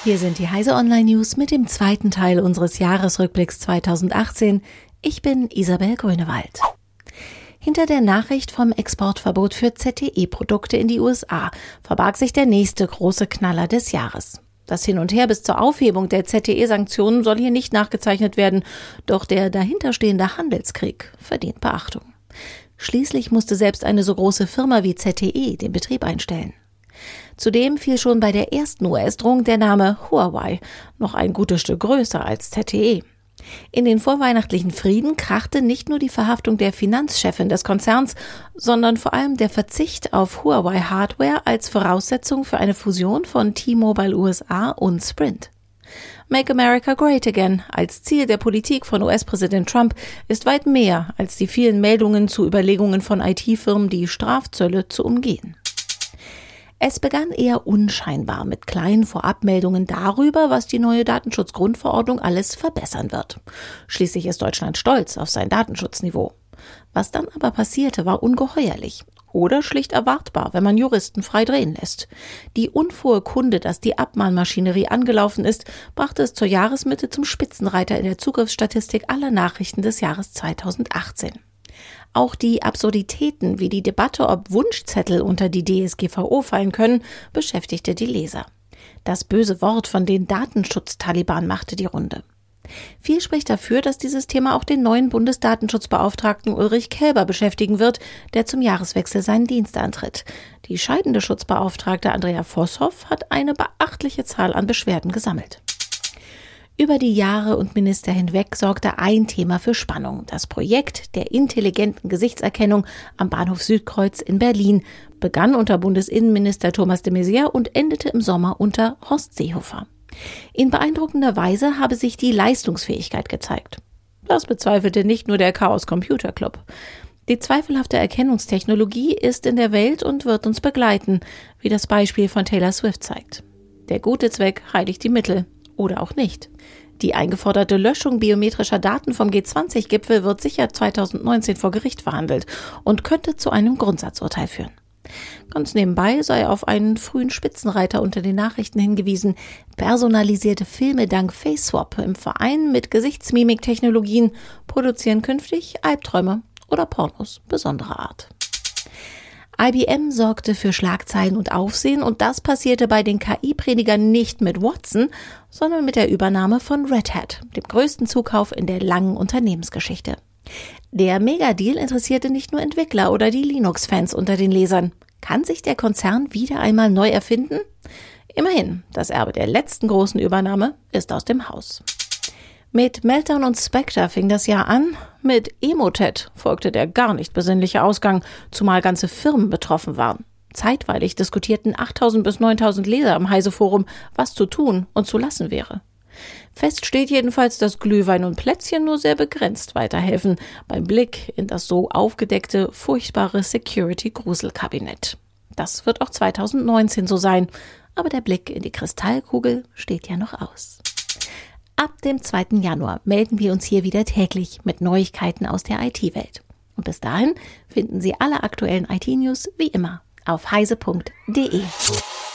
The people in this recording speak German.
Hier sind die Heise Online News mit dem zweiten Teil unseres Jahresrückblicks 2018. Ich bin Isabel Grünewald. Hinter der Nachricht vom Exportverbot für ZTE-Produkte in die USA verbarg sich der nächste große Knaller des Jahres. Das Hin und Her bis zur Aufhebung der ZTE-Sanktionen soll hier nicht nachgezeichnet werden, doch der dahinterstehende Handelskrieg verdient Beachtung. Schließlich musste selbst eine so große Firma wie ZTE den Betrieb einstellen. Zudem fiel schon bei der ersten US-Drohung der Name Huawei, noch ein gutes Stück größer als ZTE. In den vorweihnachtlichen Frieden krachte nicht nur die Verhaftung der Finanzchefin des Konzerns, sondern vor allem der Verzicht auf Huawei-Hardware als Voraussetzung für eine Fusion von T-Mobile USA und Sprint. Make America Great Again als Ziel der Politik von US-Präsident Trump ist weit mehr als die vielen Meldungen zu Überlegungen von IT-Firmen, die Strafzölle zu umgehen. Es begann eher unscheinbar mit kleinen Vorabmeldungen darüber, was die neue Datenschutzgrundverordnung alles verbessern wird. Schließlich ist Deutschland stolz auf sein Datenschutzniveau. Was dann aber passierte, war ungeheuerlich oder schlicht erwartbar, wenn man Juristen frei drehen lässt. Die unfrohe Kunde, dass die Abmahnmaschinerie angelaufen ist, brachte es zur Jahresmitte zum Spitzenreiter in der Zugriffsstatistik aller Nachrichten des Jahres 2018. Auch die Absurditäten wie die Debatte, ob Wunschzettel unter die DSGVO fallen können, beschäftigte die Leser. Das böse Wort von den Datenschutz-Taliban machte die Runde. Viel spricht dafür, dass dieses Thema auch den neuen Bundesdatenschutzbeauftragten Ulrich Kelber beschäftigen wird, der zum Jahreswechsel seinen Dienst antritt. Die scheidende Schutzbeauftragte Andrea Vosshoff hat eine beachtliche Zahl an Beschwerden gesammelt. Über die Jahre und Minister hinweg sorgte ein Thema für Spannung. Das Projekt der intelligenten Gesichtserkennung am Bahnhof Südkreuz in Berlin begann unter Bundesinnenminister Thomas de Maizière und endete im Sommer unter Horst Seehofer. In beeindruckender Weise habe sich die Leistungsfähigkeit gezeigt. Das bezweifelte nicht nur der Chaos Computer Club. Die zweifelhafte Erkennungstechnologie ist in der Welt und wird uns begleiten, wie das Beispiel von Taylor Swift zeigt. Der gute Zweck heiligt die Mittel. Oder auch nicht. Die eingeforderte Löschung biometrischer Daten vom G20-Gipfel wird sicher 2019 vor Gericht verhandelt und könnte zu einem Grundsatzurteil führen. Ganz nebenbei sei auf einen frühen Spitzenreiter unter den Nachrichten hingewiesen. Personalisierte Filme dank FaceSwap im Verein mit Gesichtsmimiktechnologien produzieren künftig Albträume oder Pornos besonderer Art. IBM sorgte für Schlagzeilen und Aufsehen und das passierte bei den KI-Predigern nicht mit Watson, sondern mit der Übernahme von Red Hat, dem größten Zukauf in der langen Unternehmensgeschichte. Der Megadeal interessierte nicht nur Entwickler oder die Linux-Fans unter den Lesern. Kann sich der Konzern wieder einmal neu erfinden? Immerhin, das Erbe der letzten großen Übernahme ist aus dem Haus. Mit Meltdown und Spectre fing das Jahr an, mit Emotet folgte der gar nicht besinnliche Ausgang, zumal ganze Firmen betroffen waren. Zeitweilig diskutierten 8.000 bis 9.000 Leser im Heise-Forum, was zu tun und zu lassen wäre. Fest steht jedenfalls, dass Glühwein und Plätzchen nur sehr begrenzt weiterhelfen beim Blick in das so aufgedeckte, furchtbare Security-Gruselkabinett. Das wird auch 2019 so sein, aber der Blick in die Kristallkugel steht ja noch aus. Ab dem 2. Januar melden wir uns hier wieder täglich mit Neuigkeiten aus der IT-Welt. Und bis dahin finden Sie alle aktuellen IT-News wie immer auf heise.de.